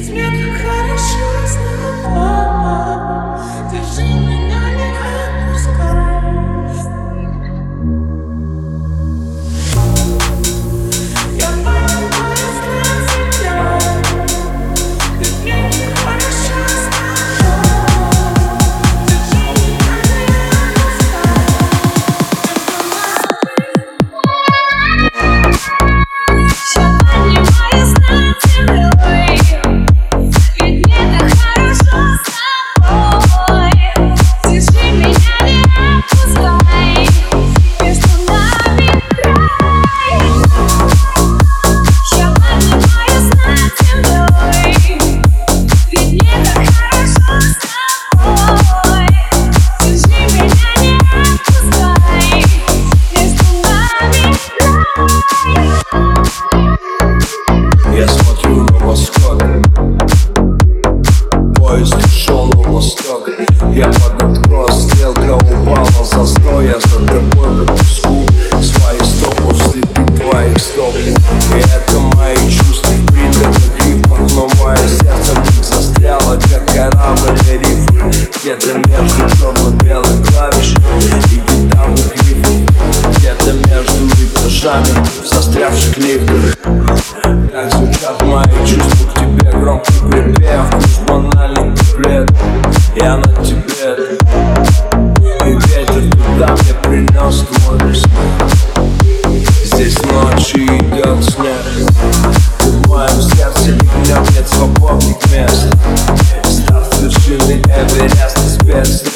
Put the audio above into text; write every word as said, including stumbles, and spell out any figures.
Ведь мне так хорошо с тобой. Держи меня, не отпускай. Я понимаю, знаю тебя. Ведь мне так хорошо с тобой. Держи меня, не отпускай. Я понимаю, знаю тебя. Ведь мне так хорошо с тобой. Держи меня, не отпускай. Между нами край. Я понимаю, знаю тебя. Ведь мне так хорошо с тобой. Держи меня, не отпускай. Между нами край. Я смотрю на восход, поезд ушел на восток. Я под откос, стрелка упала за сто. Я за тобой по песку, свои стопы, следы твоих стоп. И это мои чувства в придатых рифмах, но мое сердце в них застряло, как корабль риф. Где-то между черно-белых клавиш и гитарных рифов. Где-то между этажами застрявших лифтах. Как звучат мои чувства к тебе, громкий припев, лишь банальный куплет. Я на тебе, и ветер туда мне принес твой смех. Здесь ночью идет снег. В моем сердце днем нет свободных мест. Старт вершины Эвереста, спец.